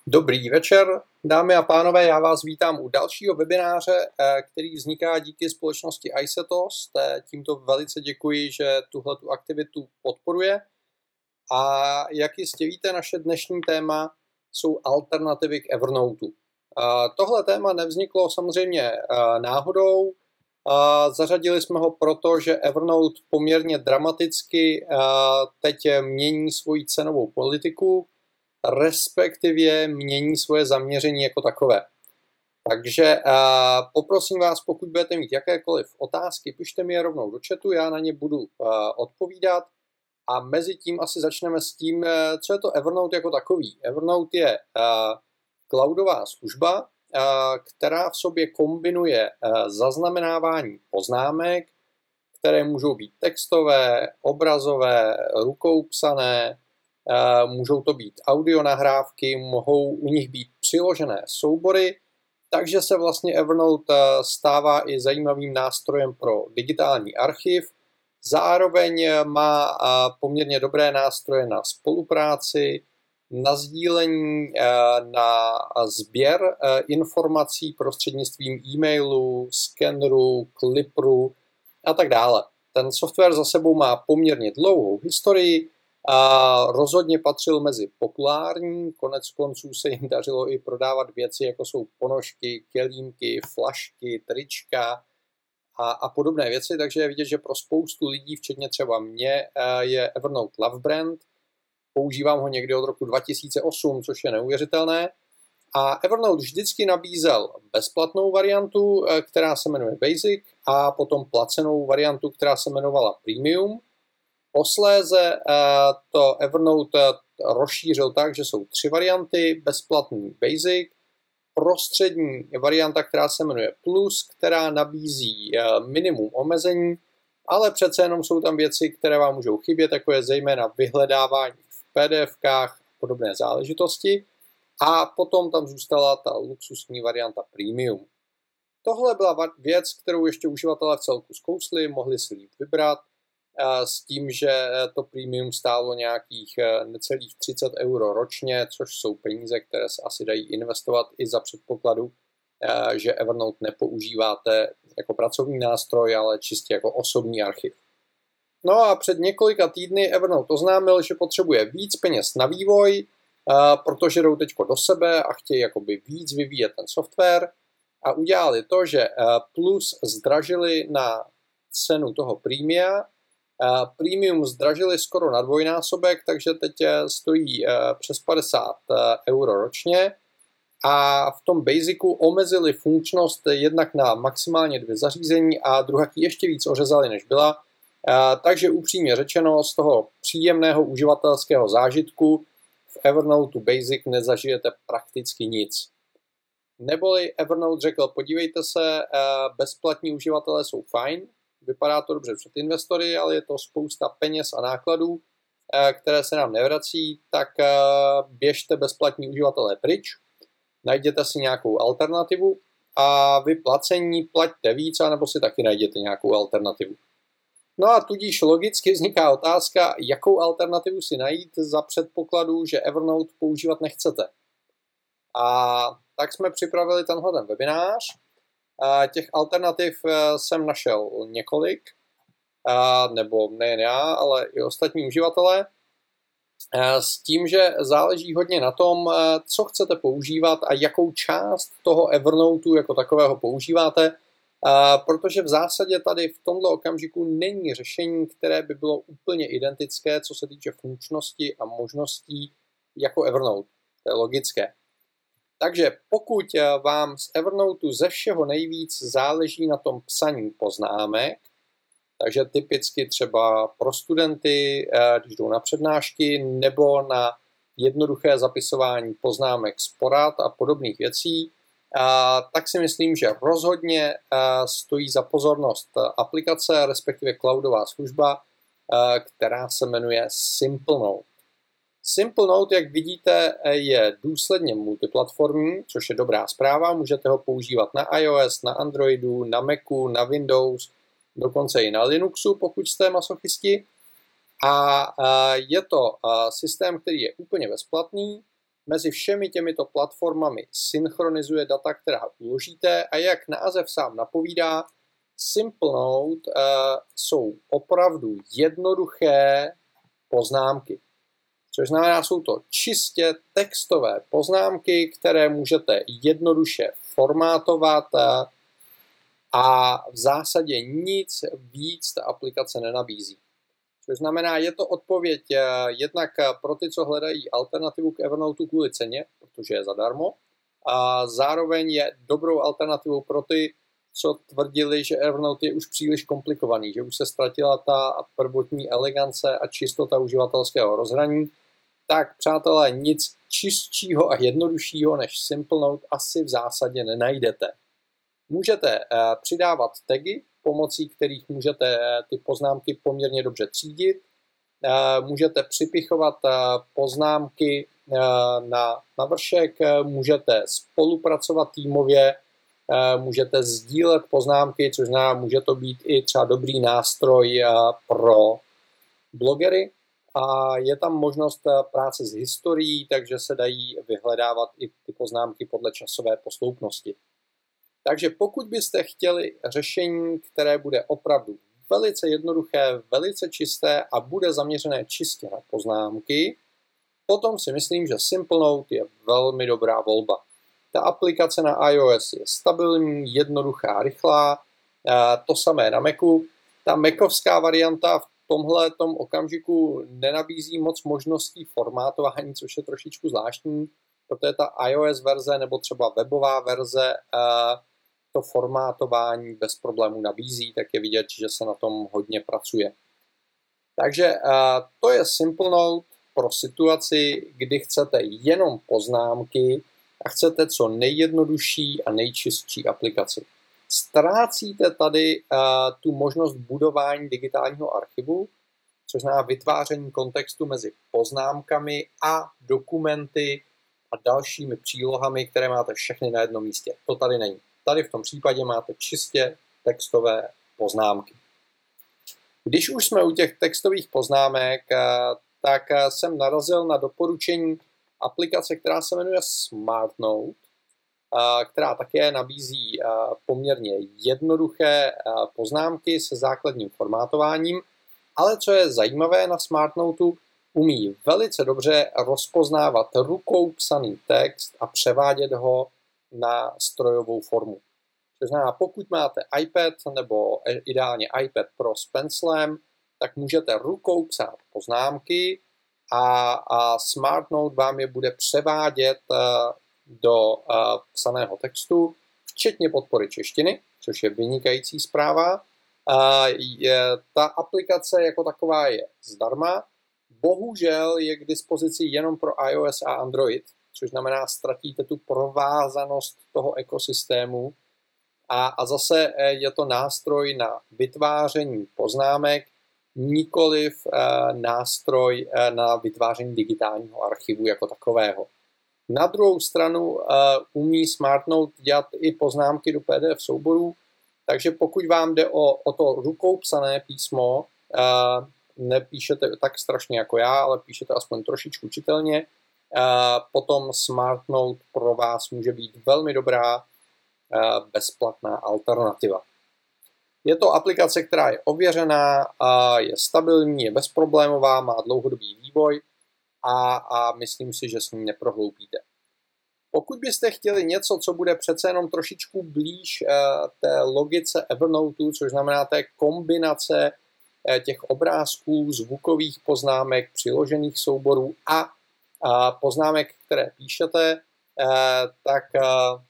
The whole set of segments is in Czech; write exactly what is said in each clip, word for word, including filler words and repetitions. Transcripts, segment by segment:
Dobrý večer, dámy a pánové, já vás vítám u dalšího webináře, který vzniká díky společnosti iSetos. Tímto velice děkuji, že tuhletu aktivitu podporuje. A jak jistě víte, naše dnešní téma jsou alternativy k Evernoteu. Tohle téma nevzniklo samozřejmě náhodou. Zařadili jsme ho proto, že Evernote poměrně dramaticky teď mění svoji cenovou politiku, respektive mění svoje zaměření jako takové. Takže uh, poprosím vás, pokud budete mít jakékoliv otázky, pište mi je rovnou do chatu, já na ně budu uh, odpovídat a mezi tím asi začneme s tím, uh, co je to Evernote jako takový. Evernote je uh, cloudová služba, uh, která v sobě kombinuje uh, zaznamenávání poznámek, které můžou být textové, obrazové, rukou psané, můžou to být audio nahrávky, mohou u nich být přiložené soubory, takže se vlastně Evernote stává i zajímavým nástrojem pro digitální archiv. Zároveň má poměrně dobré nástroje na spolupráci, na sdílení, na sběr informací prostřednictvím e-mailu, skeneru, klipru a tak dále. Ten software za sebou má poměrně dlouhou historii, a rozhodně patřil mezi populární, konec konců se jim dařilo i prodávat věci, jako jsou ponožky, kelímky, flašky, trička a, a podobné věci, takže je vidět, že pro spoustu lidí, včetně třeba mě, je Evernote love brand. Používám ho někdy od roku dva tisíce osm, což je neuvěřitelné. A Evernote vždycky nabízel bezplatnou variantu, která se jmenuje Basic, a potom placenou variantu, která se jmenovala Premium. Posléze to Evernote rozšířil tak, že jsou tři varianty, bezplatný Basic, prostřední varianta, která se jmenuje Plus, která nabízí minimum omezení, ale přece jenom jsou tam věci, které vám můžou chybět, jako je zejména vyhledávání v PDFkách a podobné záležitosti. A potom tam zůstala ta luxusní varianta Premium. Tohle byla věc, kterou ještě uživatelé v celku zkousli, mohli si líp vybrat, s tím, že to premium stálo nějakých necelých třicet euro ročně, což jsou peníze, které se asi dají investovat i za předpokladu, že Evernote nepoužíváte jako pracovní nástroj, ale čistě jako osobní archiv. No a před několika týdny Evernote oznámil, že potřebuje víc peněz na vývoj, protože jdou teď do sebe a chtějí jakoby víc vyvíjet ten software, a udělali to, že Plus zdražili na cenu toho premia. Premium zdražili skoro na dvojnásobek, takže teď stojí přes padesát euro ročně, a v tom Basicu omezili funkčnost jednak na maximálně dvě zařízení a druhak ještě víc ořezali, než byla. Takže upřímně řečeno, z toho příjemného uživatelského zážitku v Evernote Basic nezažijete prakticky nic. Neboli Evernote řekl, podívejte se, bezplatní uživatelé jsou fajn, vypadá to dobře před investory, ale je to spousta peněz a nákladů, které se nám nevrací, tak běžte bezplatní uživatelé pryč, najděte si nějakou alternativu a vy placení plaťte víc, anebo si taky najděte nějakou alternativu. No a tudíž logicky vzniká otázka, jakou alternativu si najít za předpokladu, že Evernote používat nechcete. A tak jsme připravili tenhle ten webinář. Těch alternativ jsem našel několik, nebo nejen já, ale i ostatní uživatelé, s tím, že záleží hodně na tom, co chcete používat a jakou část toho Evernoteu jako takového používáte, protože v zásadě tady v tomto okamžiku není řešení, které by bylo úplně identické, co se týče funkčnosti a možností jako Evernote. To je logické. Takže pokud vám z Evernoteu ze všeho nejvíc záleží na tom psaní poznámek, takže typicky třeba pro studenty, když jdou na přednášky, nebo na jednoduché zapisování poznámek z porad a podobných věcí, tak si myslím, že rozhodně stojí za pozornost aplikace, respektive cloudová služba, která se jmenuje SimpleNote. SimpleNote, jak vidíte, je důsledně multiplatformní, což je dobrá zpráva. Můžete ho používat na iOS, na Androidu, na Macu, na Windows, dokonce i na Linuxu, pokud jste masochisti. A je to systém, který je úplně bezplatný, mezi všemi těmito platformami synchronizuje data, která uložíte, a jak název sám napovídá, SimpleNote uh, jsou opravdu jednoduché poznámky. Což znamená, jsou to čistě textové poznámky, které můžete jednoduše formátovat a v zásadě nic víc ta aplikace nenabízí. Což znamená, je to odpověď jednak pro ty, co hledají alternativu k Evernoteu kvůli ceně, protože je zadarmo, a zároveň je dobrou alternativou pro ty, co tvrdili, že Evernote je už příliš komplikovaný, že už se ztratila ta prvotní elegance a čistota uživatelského rozhraní. Tak, přátelé, nic čistšího a jednoduššího než SimpleNote asi v zásadě nenajdete. Můžete přidávat tagy, pomocí kterých můžete ty poznámky poměrně dobře třídit. Můžete připichovat poznámky na, na vršek, můžete spolupracovat týmově, můžete sdílet poznámky, což znamená, může to být i třeba dobrý nástroj pro blogery. A je tam možnost práce s historií, takže se dají vyhledávat i ty poznámky podle časové posloupnosti. Takže pokud byste chtěli řešení, které bude opravdu velice jednoduché, velice čisté a bude zaměřené čistě na poznámky, potom si myslím, že SimpleNote je velmi dobrá volba. Ta aplikace na iOS je stabilní, jednoduchá, rychlá, to samé na Macu. Ta Macovská varianta v tomhle tom okamžiku nenabízí moc možností formátování, což je trošičku zvláštní, protože ta iOS verze nebo třeba webová verze to formátování bez problémů nabízí, tak je vidět, že se na tom hodně pracuje. Takže to je SimpleNote pro situaci, kdy chcete jenom poznámky a chcete co nejjednodušší a nejčistší aplikaci. Ztrácíte tady uh, tu možnost budování digitálního archivu, což znamená vytváření kontextu mezi poznámkami a dokumenty a dalšími přílohami, které máte všechny na jednom místě. To tady není. Tady v tom případě máte čistě textové poznámky. Když už jsme u těch textových poznámek, uh, tak uh, jsem narazil na doporučení aplikace, která se jmenuje SmartNote, která také nabízí poměrně jednoduché poznámky se základním formátováním, ale co je zajímavé na SmartNoteu, umí velice dobře rozpoznávat rukou psaný text a převádět ho na strojovou formu. To znamená, pokud máte iPad nebo ideálně iPad Pro s pencilem, tak můžete rukou psát poznámky a, a SmartNote vám je bude převádět do uh, psaného textu, včetně podpory češtiny, což je vynikající zpráva. Uh, je, ta aplikace jako taková je zdarma, bohužel je k dispozici jenom pro iOS a Android, což znamená, ztratíte tu provázanost toho ekosystému a, a zase je to nástroj na vytváření poznámek, nikoliv uh, nástroj uh, na vytváření digitálního archivu jako takového. Na druhou stranu uh, umí SmartNote dělat i poznámky do P D F souborů, takže pokud vám jde o, o to rukou psané písmo, uh, nepíšete tak strašně jako já, ale píšete aspoň trošičku čitelně, uh, potom SmartNote pro vás může být velmi dobrá uh, bezplatná alternativa. Je to aplikace, která je ověřená, uh, je stabilní, je bezproblémová, má dlouhodobý vývoj, A, a myslím si, že s ní neprohloupíte. Pokud byste chtěli něco, co bude přece jenom trošičku blíž uh, té logice Evernoteu, což znamená té kombinace uh, těch obrázků, zvukových poznámek, přiložených souborů a uh, poznámek, které píšete, uh, tak uh,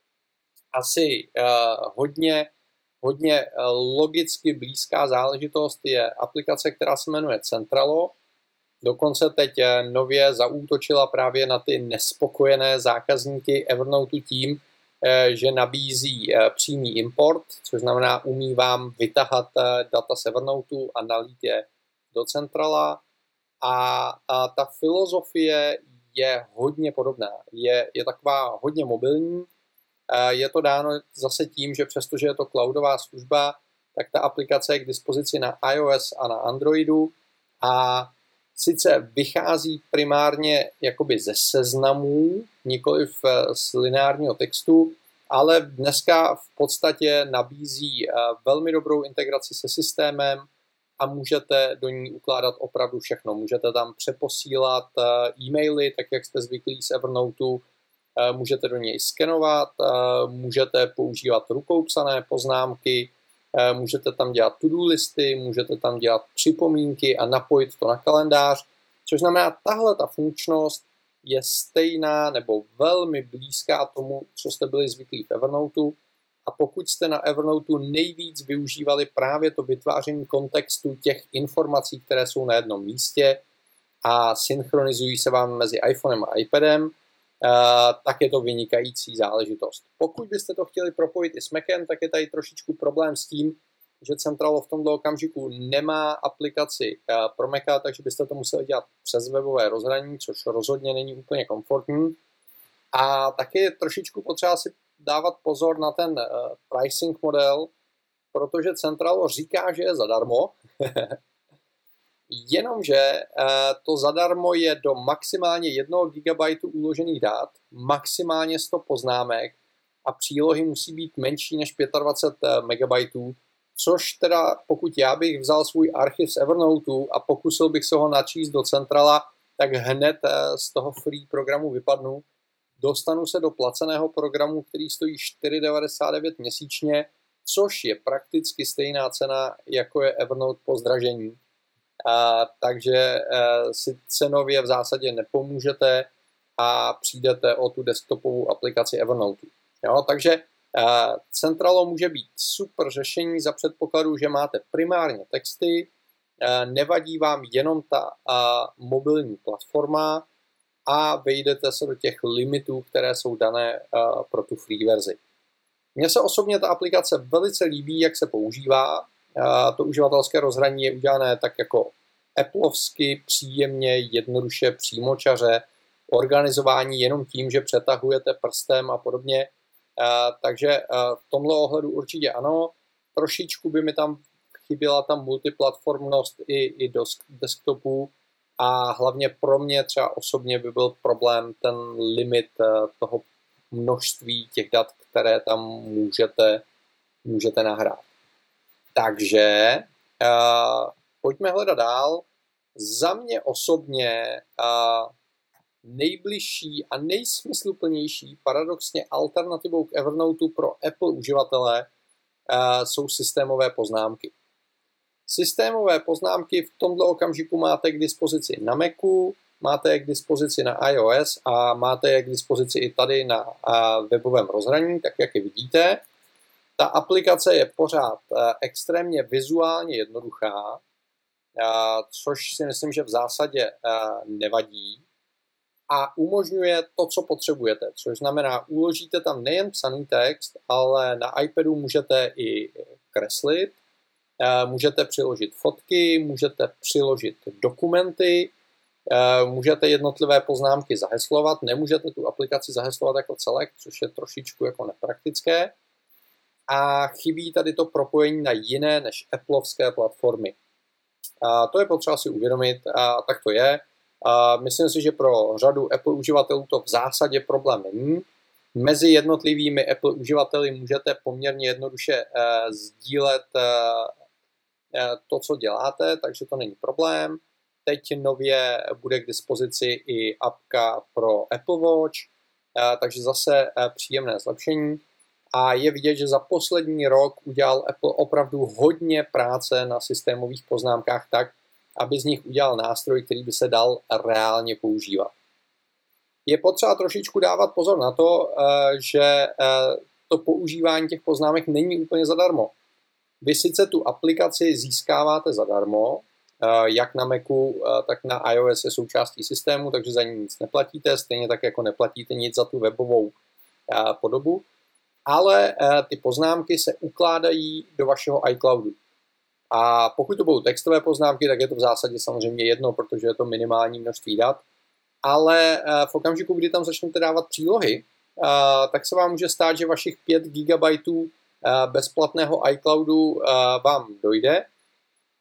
asi uh, hodně, hodně logicky blízká záležitost je aplikace, která se jmenuje Centralo. Dokonce teď nově zaútočila právě na ty nespokojené zákazníky Evernoteu tím, že nabízí přímý import, což znamená, umí vám vytahat data z Evernoteu a nalít je do Centrala. A, a ta filozofie je hodně podobná. Je, je taková hodně mobilní. Je to dáno zase tím, že přestože je to cloudová služba, tak ta aplikace je k dispozici na iOS a na Androidu a sice vychází primárně jakoby ze seznamů, nikoliv z lineárního textu, ale dneska v podstatě nabízí velmi dobrou integraci se systémem a můžete do ní ukládat opravdu všechno. Můžete tam přeposílat e-maily, tak jak jste zvyklí z Evernoteu, můžete do něj skenovat, můžete používat rukou psané poznámky, můžete tam dělat to-do listy, můžete tam dělat připomínky a napojit to na kalendář, což znamená, tahle ta funkčnost je stejná nebo velmi blízká tomu, co jste byli zvyklí v Evernoteu. A pokud jste na Evernoteu nejvíc využívali právě to vytváření kontextu těch informací, které jsou na jednom místě a synchronizují se vám mezi iPhonem a iPadem, tak je to vynikající záležitost. Pokud byste to chtěli propojit i s Macem, tak je tady trošičku problém s tím, že Centralo v tomto okamžiku nemá aplikaci pro Maca, takže byste to museli dělat přes webové rozhraní, což rozhodně není úplně komfortní. A taky je trošičku potřeba si dávat pozor na ten pricing model, protože Centralo říká, že je zadarmo, jenomže to zadarmo je do maximálně jednoho gigabajtu uložených dat, maximálně sto poznámek a přílohy musí být menší než dvacet pět megabajtů, což teda pokud já bych vzal svůj archiv z Evernoteu a pokusil bych se ho načíst do Centrala, tak hned z toho free programu vypadnu. Dostanu se do placeného programu, který stojí čtyři devadesát devět měsíčně, což je prakticky stejná cena, jako je Evernote po zdražení. A, takže a, si cenově v zásadě nepomůžete a přijdete o tu desktopovou aplikaci Evernoteu. Jo, takže a, Centralo může být super řešení za předpokladu, že máte primárně texty, a, nevadí vám jenom ta a, mobilní platforma a vejdete se do těch limitů, které jsou dané a, pro tu free verzi. Mně se osobně ta aplikace velice líbí, jak se používá. To uživatelské rozhraní je udělané tak jako applovsky, příjemně, jednoduše, přímočaře, organizování jenom tím, že přetahujete prstem a podobně. Takže v tomhle ohledu určitě ano. Trošičku by mi tam chyběla ta multiplatformnost i, i do desktopů a hlavně pro mě třeba osobně by byl problém ten limit toho množství těch dat, které tam můžete, můžete nahrát. Takže uh, pojďme hledat dál. Za mě osobně uh, nejbližší a nejsmysluplnější paradoxně alternativou k Evernoteu pro Apple uživatele uh, jsou systémové poznámky. Systémové poznámky v tomto okamžiku máte k dispozici na Macu, máte je k dispozici na iOS a máte je k dispozici i tady na uh, webovém rozhraní, tak jak je vidíte. Ta aplikace je pořád extrémně vizuálně jednoduchá, což si myslím, že v zásadě nevadí a umožňuje to, co potřebujete, což znamená, uložíte tam nejen psaný text, ale na iPadu můžete i kreslit, můžete přiložit fotky, můžete přiložit dokumenty, můžete jednotlivé poznámky zaheslovat, nemůžete tu aplikaci zaheslovat jako celek, což je trošičku jako nepraktické. A chybí tady to propojení na jiné než applovské platformy. A to je potřeba si uvědomit, a tak to je. A myslím si, že pro řadu Apple uživatelů to v zásadě problém není. Mezi jednotlivými Apple uživateli můžete poměrně jednoduše uh, sdílet uh, to, co děláte, takže to není problém. Teď nově bude k dispozici i apka pro Apple Watch, uh, takže zase uh, příjemné zlepšení. A je vidět, že za poslední rok udělal Apple opravdu hodně práce na systémových poznámkách tak, aby z nich udělal nástroj, který by se dal reálně používat. Je potřeba trošičku dávat pozor na to, že to používání těch poznámek není úplně zadarmo. Vy sice tu aplikaci získáváte zadarmo, jak na Macu, tak na iOS je součástí systému, takže za ní nic neplatíte, stejně tak jako neplatíte nic za tu webovou podobu, ale ty poznámky se ukládají do vašeho iCloudu. A pokud to budou textové poznámky, tak je to v zásadě samozřejmě jedno, protože je to minimální množství dat. Ale v okamžiku, kdy tam začnete dávat přílohy, tak se vám může stát, že vašich pět gigabajtů bezplatného iCloudu vám dojde.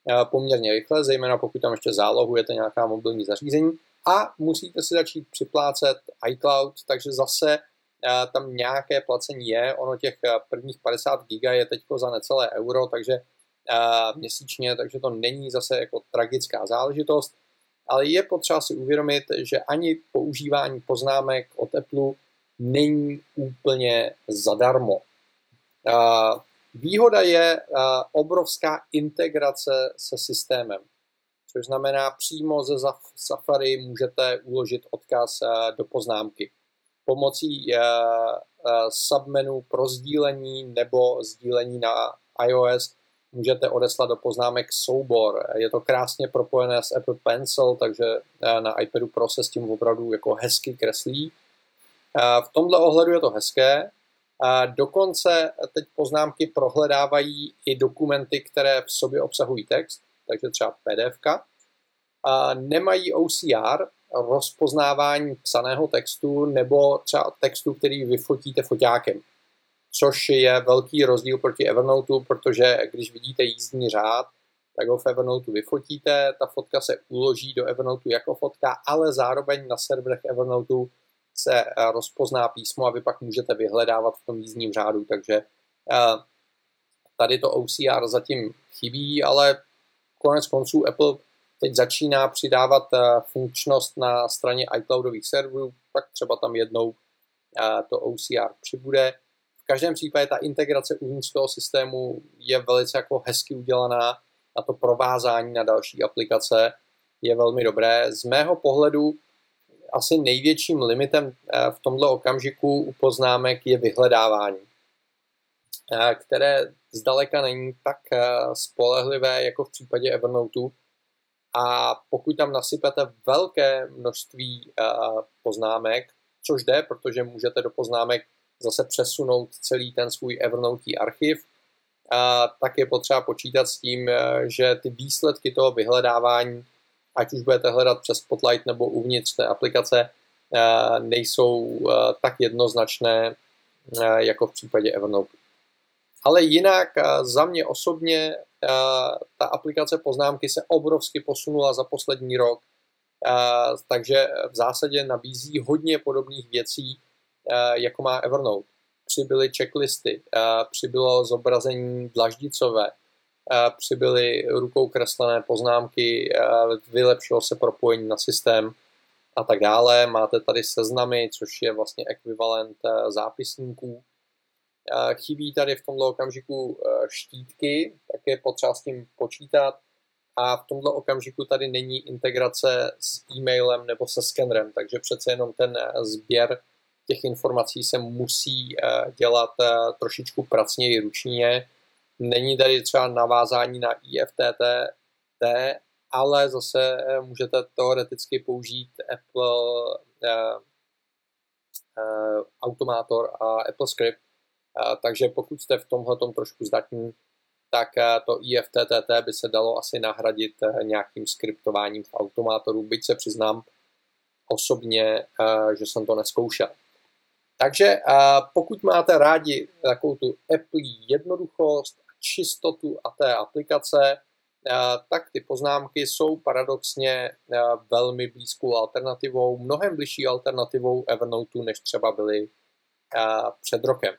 poměrně rychle, zejména pokud tam ještě zálohujete nějaká mobilní zařízení a musíte si začít připlácet iCloud, takže zase tam nějaké placení je, ono těch prvních padesát giga je teď za necelé euro, takže měsíčně, takže to není zase jako tragická záležitost, ale je potřeba si uvědomit, že ani používání poznámek od Apple není úplně zadarmo. Výhoda je obrovská integrace se systémem, což znamená přímo ze Safari můžete uložit odkaz do poznámky. Pomocí submenu pro sdílení nebo sdílení na iOS můžete odeslat do poznámek soubor. Je to krásně propojené s Apple Pencil, takže na iPadu Pro se s tím opravdu jako hezky kreslí. V tomhle ohledu je to hezké. Dokonce teď poznámky prohledávají i dokumenty, které v sobě obsahují text, takže třeba P D F ka. Nemají O C R, rozpoznávání psaného textu nebo třeba textu, který vyfotíte foťákem. Což je velký rozdíl proti Evernoteu, protože když vidíte jízdní řád, tak ho v Evernoteu vyfotíte, ta fotka se uloží do Evernoteu jako fotka, ale zároveň na serverech Evernoteu se rozpozná písmo a vy pak můžete vyhledávat v tom jízdním řádu, takže tady to O C R zatím chybí, ale konec konců Apple teď začíná přidávat funkčnost na straně iCloudových serverů, tak třeba tam jednou to O C R přibude. V každém případě ta integrace uvnitř toho systému je velice jako hezky udělaná a to provázání na další aplikace je velmi dobré. Z mého pohledu asi největším limitem v tomto okamžiku u poznámek je vyhledávání, které zdaleka není tak spolehlivé jako v případě Evernoteu. A pokud tam nasypete velké množství poznámek, což jde, protože můžete do poznámek zase přesunout celý ten svůj Evernote archiv, tak je potřeba počítat s tím, že ty výsledky toho vyhledávání, ať už budete hledat přes Spotlight nebo uvnitř té aplikace, nejsou tak jednoznačné jako v případě Evernote. Ale jinak za mě osobně ta aplikace poznámky se obrovsky posunula za poslední rok, takže v zásadě nabízí hodně podobných věcí, jako má Evernote. Přibyly checklisty, přibylo zobrazení dlaždicové, přibyly rukou kreslené poznámky, vylepšilo se propojení na systém a tak dále. Máte tady seznamy, což je vlastně ekvivalent zápisníků. Chybí tady v tomto okamžiku štítky, tak je potřeba s tím počítat. A v tomto okamžiku tady není integrace s e-mailem nebo se skenerem, takže přece jenom ten sběr těch informací se musí dělat trošičku pracněji ručně. Není tady třeba navázání na I F T T, ale zase můžete teoreticky použít Apple uh, uh, Automátor a Apple Script. Uh, takže pokud jste v tomhletom trošku zdatní, tak uh, to I F T T by se dalo asi nahradit uh, nějakým skriptováním v Automátoru, byť se přiznám osobně, uh, že jsem to nezkoušel. Takže uh, pokud máte rádi takovou tu Apple jednoduchost, čistotu a té aplikace, tak ty poznámky jsou paradoxně velmi blízkou alternativou, mnohem bližší alternativou Evernoteu, než třeba byly před rokem.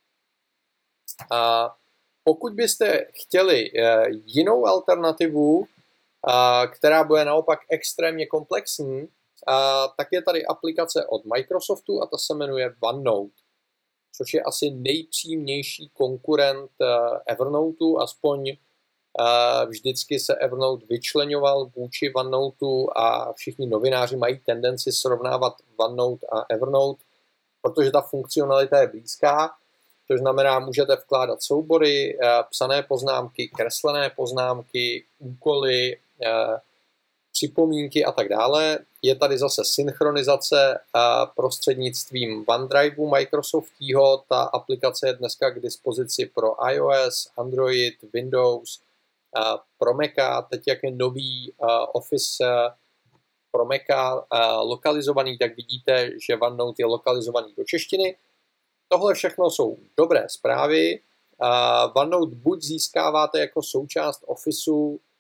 A pokud byste chtěli jinou alternativu, která bude naopak extrémně komplexní, tak je tady aplikace od Microsoftu a ta se jmenuje OneNote, což je asi nejpřímější konkurent Evernoteu, aspoň vždycky se Evernote vyčleňoval vůči OneNoteu a všichni novináři mají tendenci srovnávat OneNote a Evernote, protože ta funkcionalita je blízká, což znamená, můžete vkládat soubory, psané poznámky, kreslené poznámky, úkoly, připomínky a tak dále. Je tady zase synchronizace prostřednictvím OneDriveu Microsoftího. Ta aplikace je dneska k dispozici pro iOS, Android, Windows, pro Maca. Teď jak je nový Office pro Maca lokalizovaný, tak vidíte, že OneNote je lokalizovaný do češtiny. Tohle všechno jsou dobré zprávy. OneNote buď získáváte jako součást Officeu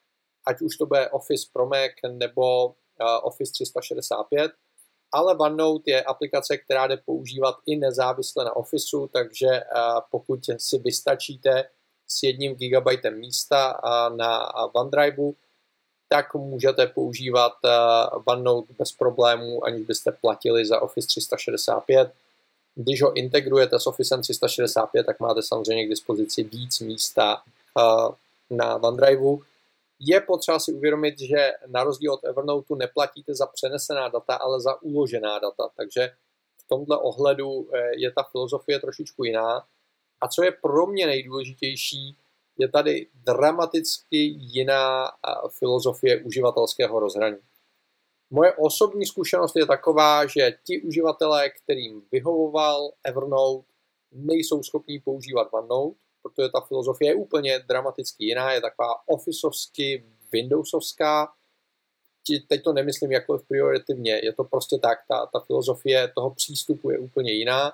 ať už to bude Office pro Mac nebo Office tři sta šedesát pět, ale OneNote je aplikace, která jde používat i nezávisle na Officeu, takže pokud si vystačíte s jedním gigabajtem místa na OneDriveu, tak můžete používat OneNote bez problémů, aniž byste platili za Office tři sta šedesát pět. Když ho integrujete s Officem tři sta šedesát pět, tak máte samozřejmě k dispozici víc místa na OneDriveu. Je potřeba si uvědomit, že na rozdíl od Evernoteu neplatíte za přenesená data, ale za uložená data, takže v tomto ohledu je ta filozofie trošičku jiná. A co je pro mě nejdůležitější, je tady dramaticky jiná filozofie uživatelského rozhraní. Moje osobní zkušenost je taková, že ti uživatelé, kterým vyhovoval Evernote, nejsou schopní používat OneNote, protože ta filozofie je úplně dramaticky jiná, je taková officeovsky, windowsovská. Teď to nemyslím jakkoliv prioritivně, je to prostě tak, ta, ta filozofie toho přístupu je úplně jiná.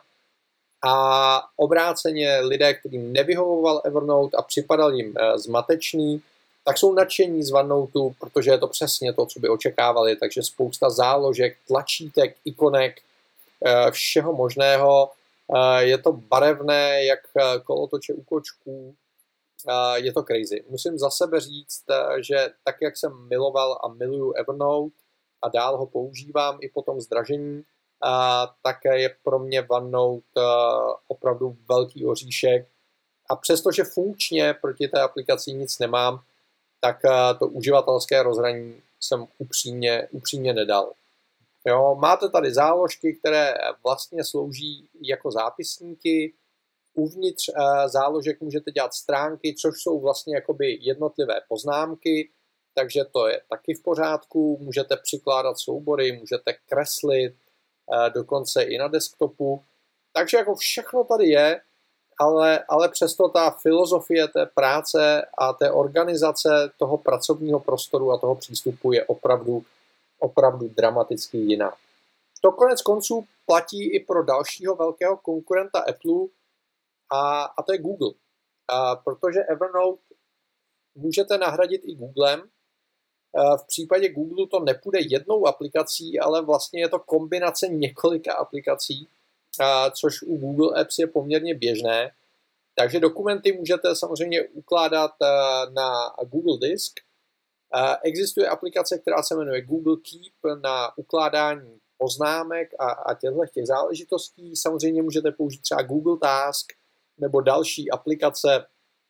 A obráceně lidé, kterým nevyhovoval Evernote a připadal jim zmatečný, tak jsou nadšení z OneNoteu, protože je to přesně to, co by očekávali, takže spousta záložek, tlačítek, ikonek, všeho možného. Je to barevné, jak kolotoče u kočků, je to crazy. Musím za sebe říct, že tak, jak jsem miloval a miluju Evernote a dál ho používám i po tom zdražení, tak je pro mě OneNote opravdu velký oříšek. A přestože funkčně proti té aplikaci nic nemám, tak to uživatelské rozhraní jsem upřímně, upřímně nedal. Jo, máte tady záložky, které vlastně slouží jako zápisníky. Uvnitř záložek můžete dělat stránky, což jsou vlastně jakoby jednotlivé poznámky, takže to je taky v pořádku. Můžete přikládat soubory, můžete kreslit, dokonce i na desktopu. Takže jako všechno tady je, ale, ale přesto ta filozofie té práce a té organizace toho pracovního prostoru a toho přístupu je opravdu opravdu dramaticky jiná. To konec konců platí i pro dalšího velkého konkurenta Apple a, a to je Google. A protože Evernote můžete nahradit i Googlem. A v případě Google to nepůjde jednou aplikací, ale vlastně je to kombinace několika aplikací, a což u Google Apps je poměrně běžné. Takže dokumenty můžete samozřejmě ukládat na Google Disk. Existuje aplikace, která se jmenuje Google Keep na ukládání poznámek a, a těchto těch záležitostí. Samozřejmě můžete použít třeba Google Task nebo další aplikace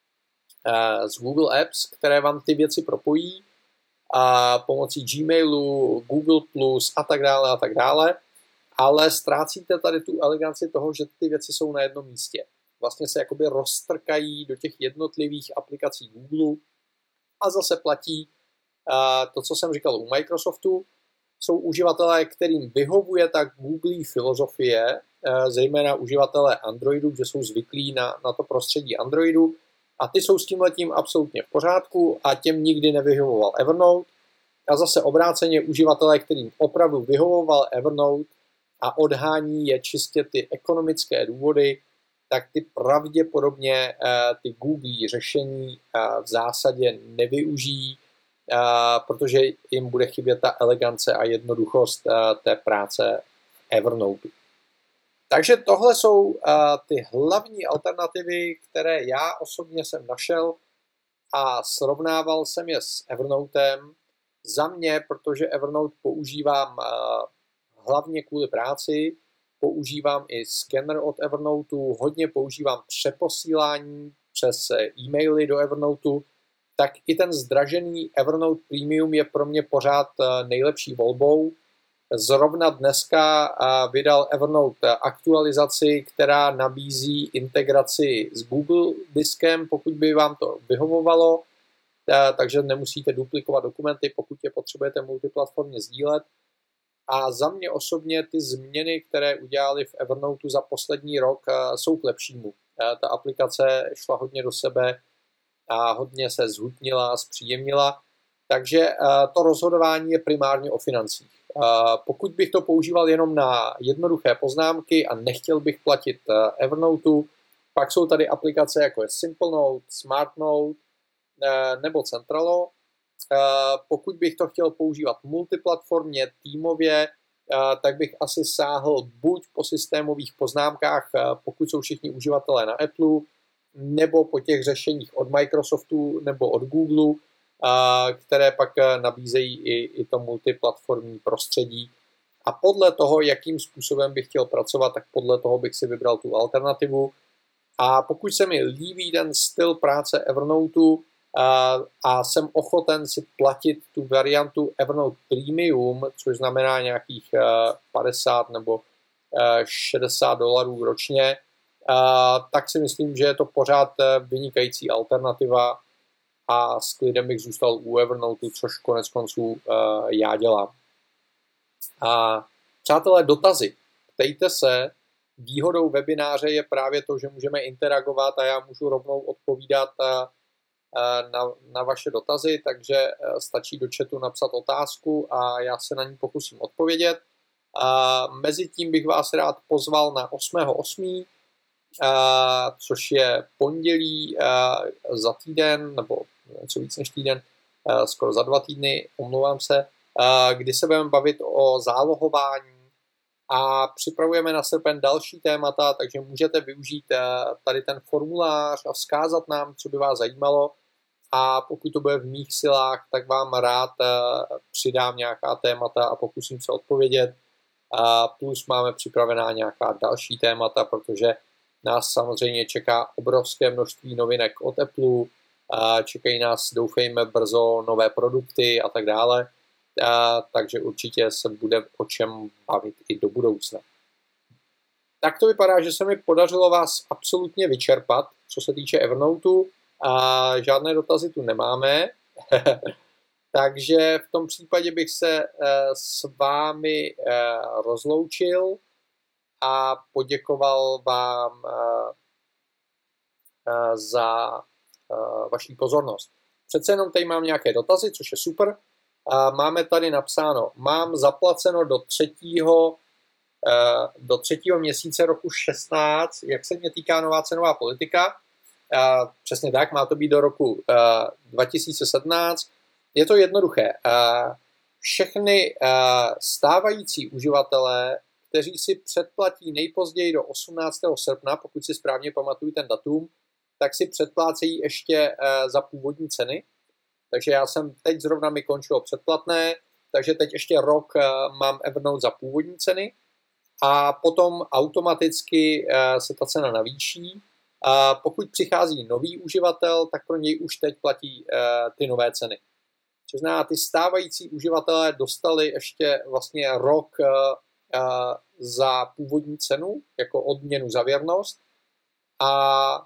z Google Apps, které vám ty věci propojí a pomocí Gmailu, Google Plus a tak dále a tak dále. Ale ztrácíte tady tu eleganci toho, že ty věci jsou na jednom místě. Vlastně se jakoby roztrkají do těch jednotlivých aplikací Google a zase platí to, co jsem říkal u Microsoftu, jsou uživatelé, kterým vyhovuje ta Google filozofie, zejména uživatelé Androidu, že jsou zvyklí na, na to prostředí Androidu a ty jsou s tímhletím absolutně v pořádku a těm nikdy nevyhovoval Evernote. A zase obráceně uživatelé, kterým opravdu vyhovoval Evernote a odhání je čistě ty ekonomické důvody, tak ty pravděpodobně ty Google řešení v zásadě nevyužijí, protože jim bude chybět ta elegance a jednoduchost té práce v Evernote. Takže tohle jsou ty hlavní alternativy, které já osobně jsem našel a srovnával jsem je s Evernotem. Za mě, protože Evernote používám hlavně kvůli práci, používám i skener od Evernoteu, hodně používám přeposílání přes e-maily do Evernoteu, tak i ten zdražený Evernote Premium je pro mě pořád nejlepší volbou. Zrovna dneska vydal Evernote aktualizaci, která nabízí integraci s Google diskem, pokud by vám to vyhovovalo, takže nemusíte duplikovat dokumenty, pokud je potřebujete multiplatformně sdílet. A za mě osobně ty změny, které udělali v Evernoteu za poslední rok, jsou k lepšímu. Ta aplikace šla hodně do sebe a hodně se zhutnila, zpříjemnila, takže to rozhodování je primárně o financích. Pokud bych to používal jenom na jednoduché poznámky a nechtěl bych platit Evernoteu, pak jsou tady aplikace jako je Simple Note, Smart Note nebo Centralo, Pokud bych to chtěl používat multiplatformně, týmově, tak bych asi sáhl buď po systémových poznámkách, pokud jsou všichni uživatelé na Apple, nebo po těch řešeních od Microsoftu nebo od Google, které pak nabízejí i, i to multiplatformní prostředí. A podle toho, jakým způsobem bych chtěl pracovat, tak podle toho bych si vybral tu alternativu. A pokud se mi líbí ten styl práce Evernoteu a, a jsem ochoten si platit tu variantu Evernote Premium, což znamená nějakých padesát nebo šedesát dolarů ročně, tak si myslím, že je to pořád vynikající alternativa a s klidem bych zůstal u Evernoteu, což konec konců já dělám. A přátelé, dotazy. Ptejte se. Výhodou webináře je právě to, že můžeme interagovat a já můžu rovnou odpovídat na, na vaše dotazy, takže stačí do chatu napsat otázku a já se na ní pokusím odpovědět. A mezitím bych vás rád pozval na osmého osmého což je pondělí za týden, nebo něco víc než týden, skoro za dva týdny, omlouvám se, kdy se budeme bavit o zálohování a připravujeme na srpen další témata, takže můžete využít tady ten formulář a vzkázat nám, co by vás zajímalo, a pokud to bude v mých silách, tak vám rád přidám nějaká témata a pokusím se odpovědět. Plus máme připravená nějaká další témata, protože nás samozřejmě čeká obrovské množství novinek od Apple, čekají nás, doufejme, brzo nové produkty a tak dále, takže určitě se bude o čem bavit i do budoucna. Tak to vypadá, že se mi podařilo vás absolutně vyčerpat, co se týče Evernoteu, a žádné dotazy tu nemáme, takže v tom případě bych se s vámi rozloučil a poděkoval vám za vaši pozornost. Přece jenom tady mám nějaké dotazy, což je super. Máme tady napsáno, mám zaplaceno do třetího, do třetího měsíce roku šestnáct, jak se mě týká nová cenová politika. Přesně tak, má to být do roku dva tisíce sedmnáct. Je to jednoduché. Všechny stávající uživatelé, kteří si předplatí nejpozději do osmnáctého srpna, pokud si správně pamatuju ten datum, tak si předplácejí ještě za původní ceny. Takže já jsem teď zrovna mi končilo předplatné, takže teď ještě rok mám Evernote za původní ceny a potom automaticky se ta cena navýší. A pokud přichází nový uživatel, tak pro něj už teď platí ty nové ceny. Což znamená, ty stávající uživatelé dostali ještě vlastně rok za původní cenu, jako odměnu za věrnost. A,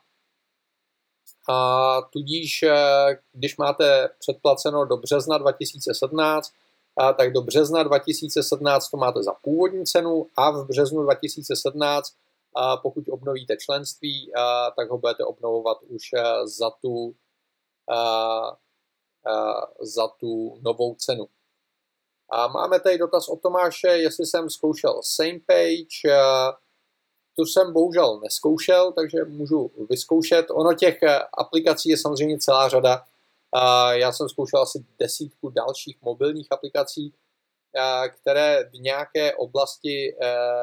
a tudíž, když máte předplaceno do března dva tisíce sedmnáct, a tak do března dva tisíce sedmnáct to máte za původní cenu a v březnu dva tisíce sedmnáct, a pokud obnovíte členství, a tak ho budete obnovovat už za tu, a, a, za tu novou cenu. A máme tady dotaz od Tomáše, jestli jsem zkoušel SamePage. Tu jsem bohužel neskoušel, takže můžu vyzkoušet. Ono těch aplikací je samozřejmě celá řada. Já jsem zkoušel asi desítku dalších mobilních aplikací, které v nějaké oblasti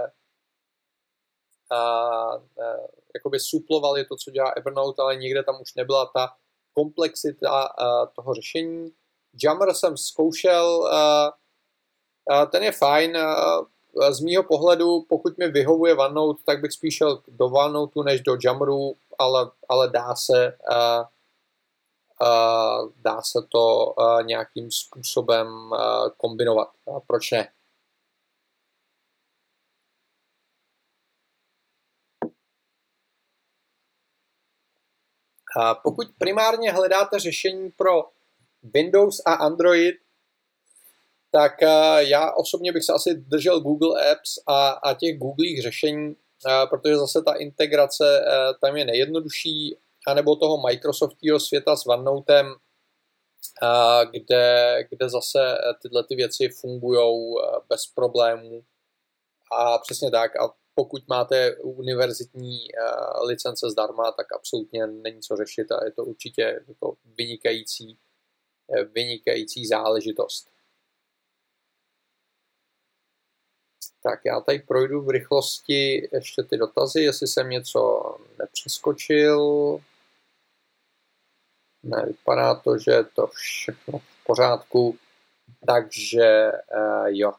jakoby suplovaly to, co dělá Evernote, ale někde tam už nebyla ta komplexita toho řešení. Jammer jsem zkoušel, ten je fajn. Z mýho pohledu, pokud mi vyhovuje OneNote, tak bych spíš šel do OneNoteu než do Jammeru, ale, ale dá se uh, uh, dá se to uh, nějakým způsobem uh, kombinovat. Uh, proč ne? Uh, pokud primárně hledáte řešení pro Windows a Android, tak uh, já osobně bych se asi držel Google Apps a, a těch Googlích řešení, uh, protože zase ta integrace uh, tam je nejjednodušší, anebo toho Microsoftního světa s OneNotem, uh, kde, kde zase tyhle ty věci fungují uh, bez problémů. A přesně tak, a pokud máte univerzitní uh, licence zdarma, tak absolutně není co řešit a je to určitě jako vynikající vynikající záležitost. Tak já tady projdu v rychlosti ještě ty dotazy, jestli jsem něco nepřeskočil. Ne, vypadá to, že je to všechno v pořádku, takže uh, jo.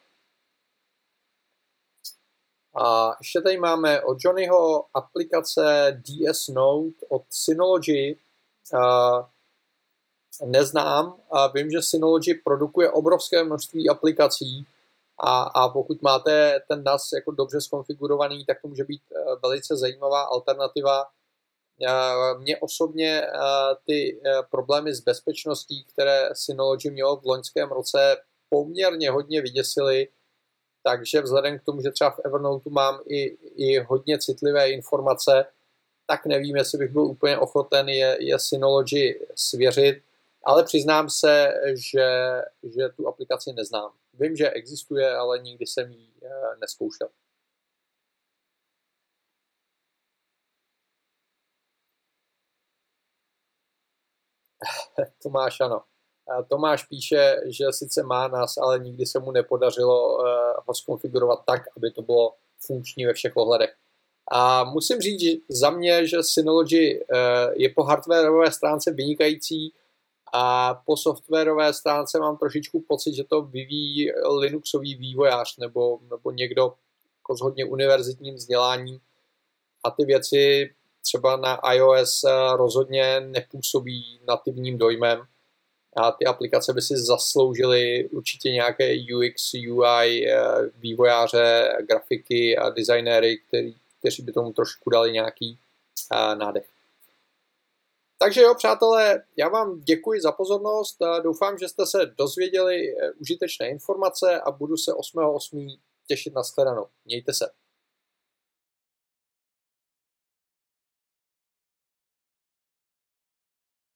A ještě tady máme od Johnnyho aplikace D S Note od Synology. Uh, neznám a vím, že Synology produkuje obrovské množství aplikací a, a pokud máte ten N A S jako dobře skonfigurovaný, tak to může být uh, velice zajímavá alternativa. Uh, mě osobně uh, ty uh, problémy s bezpečností, které Synology mělo v loňském roce, poměrně hodně vyděsily. Takže vzhledem k tomu, že třeba v Evernote mám i, i hodně citlivé informace, tak nevím, jestli bych byl úplně ochoten je, je Synology svěřit, ale přiznám se, že, že tu aplikaci neznám. Vím, že existuje, ale nikdy jsem ji neskoušel. Tomáš, ano. Tomáš píše, že sice má N A S, ale nikdy se mu nepodařilo ho zkonfigurovat tak, aby to bylo funkční ve všech ohledech. A musím říct že za mě, že Synology je po hardwareové stránce vynikající a po softwarové stránce mám trošičku pocit, že to vyvíjí Linuxový vývojář nebo, nebo někdo jako s hodně univerzitním vzděláním a ty věci třeba na iOS rozhodně nepůsobí nativním dojmem. A ty aplikace by si zasloužily určitě nějaké U X, U I vývojáře, grafiky a designéry, který, kteří by tomu trošku dali nějaký uh, nádech. Takže jo, přátelé, já vám děkuji za pozornost. Doufám, že jste se dozvěděli užitečné informace a budu se osmého osmého těšit na shledanou. Mějte se.